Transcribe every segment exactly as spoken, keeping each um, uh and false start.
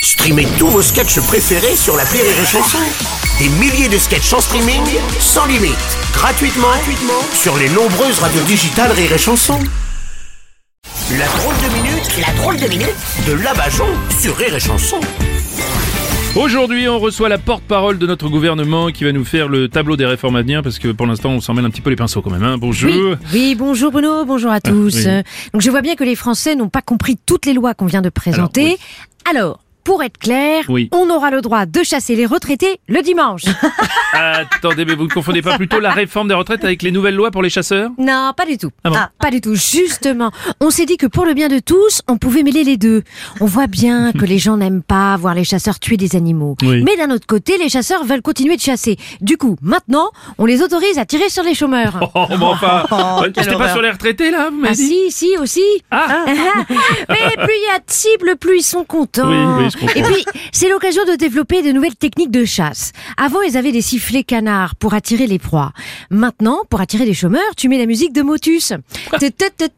Streamez tous vos sketchs préférés sur l'appli Rire et Chanson. Des milliers de sketchs en streaming, sans limite, gratuitement, gratuitement sur les nombreuses radios digitales Rire et Chanson. La drôle de minute, la drôle de minute de Labajon sur Rire et Chanson. Aujourd'hui, on reçoit la porte-parole de notre gouvernement qui va nous faire le tableau des réformes à venir parce que pour l'instant, on s'en mêle un petit peu les pinceaux quand même. Hein. Bonjour. Oui, oui, bonjour Bruno, bonjour à tous. Ah, oui. Donc je vois bien que les Français n'ont pas compris toutes les lois qu'on vient de présenter. Alors, oui. Alors pour être clair, oui. on aura le droit de chasser les retraités le dimanche. Attendez, mais vous ne confondez pas plutôt la réforme des retraites avec les nouvelles lois pour les chasseurs ? Non, pas du tout. Ah bon ah, pas du tout. Justement, on s'est dit que pour le bien de tous, on pouvait mêler les deux. On voit bien que les gens n'aiment pas voir les chasseurs tuer des animaux. Oui. Mais d'un autre côté, les chasseurs veulent continuer de chasser. Du coup, maintenant, on les autorise à tirer sur les chômeurs. Oh, mais enfin, Oh, c'était pas horreur. sur les retraités là, vous m'avez Ah dit ? si, si, aussi. Ah. Mais plus il y a de cibles, plus ils sont contents. Oui, oui, je comprends. Et puis, c'est l'occasion de développer de nouvelles techniques de chasse. Avant, ils avaient des sifflets canards pour attirer les proies. Maintenant, pour attirer les chômeurs, tu mets la musique de Motus. Ah oui,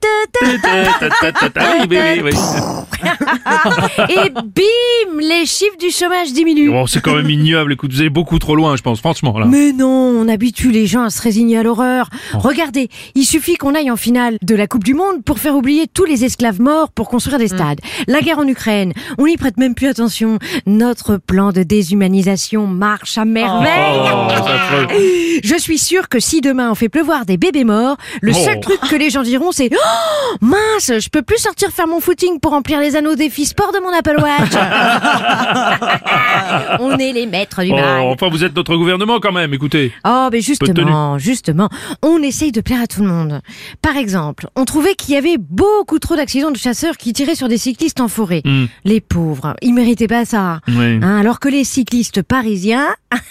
oui, oui, oui. Et bim, les chiffres du chômage diminuent. Bon, c'est quand même ignoble, écoute, vous allez beaucoup trop loin, je pense, franchement, là. Mais non, on habitue les gens à se résigner à l'horreur. Regardez, il suffit qu'on aille en finale de la Coupe du Monde pour faire oublier tous les esclaves morts pour construire des stades. La guerre en Ukraine, on n'y prête même plus attention. Notre plan de déshumanisation marche à merveille. Oh, c'est affreux. Je suis sûre que si demain on fait pleuvoir des bébés morts, le seul Oh. truc que les gens diront c'est oh, mince, je peux plus sortir faire mon footing pour remplir les anneaux défi sport de mon Apple Watch. On est les maîtres du Oh, bail. enfin, vous êtes notre gouvernement quand même, écoutez. Oh, mais Peu de justement, justement, on essaye de plaire à tout le monde. Par exemple, on trouvait qu'il y avait beaucoup trop d'accidents de chasseurs qui tiraient sur des cyclistes en forêt. Mm. Les pauvres, ils méritaient pas ça. Oui. Hein, alors que les cyclistes parisiens...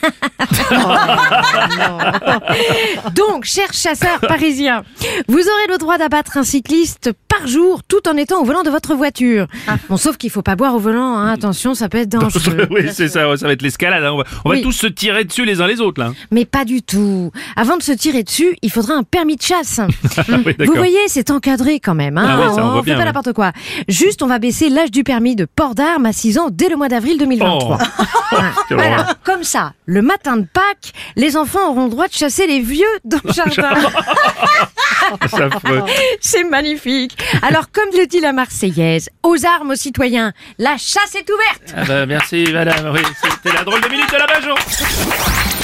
Donc, chers chasseurs parisiens, vous aurez le droit d'abattre un cycliste par jour tout en étant au volant de votre voiture. Bon, sauf qu'il faut pas boire au volant, hein. Attention, ça peut être dangereux. Oui, c'est ça, ouais, ça va être l'escalade. Hein. On va, on va Oui. tous se tirer dessus les uns les autres, là. Mais pas du tout. Avant de se tirer dessus, il faudra un permis de chasse. Oui, d'accord. Vous voyez, c'est encadré quand même. Hein. Ah oui, ça, on on voit fait bien, pas oui. n'importe quoi. Juste, on va baisser l'âge du permis de port d'armes à six ans dès le mois d'avril deux mille vingt-trois. Oh. Hein. Quelle Voilà. horreur. Comme ça, le matin de Pâques, les enfants auront le droit de chasser les vieux dans le jardin. C'est affreux. C'est magnifique. Alors, comme le dit la Marseillaise, aux armes aux citoyens, la chasse est ouverte. Ah bah, merci, madame. Oui, c'était la drôle de minute de Labajon.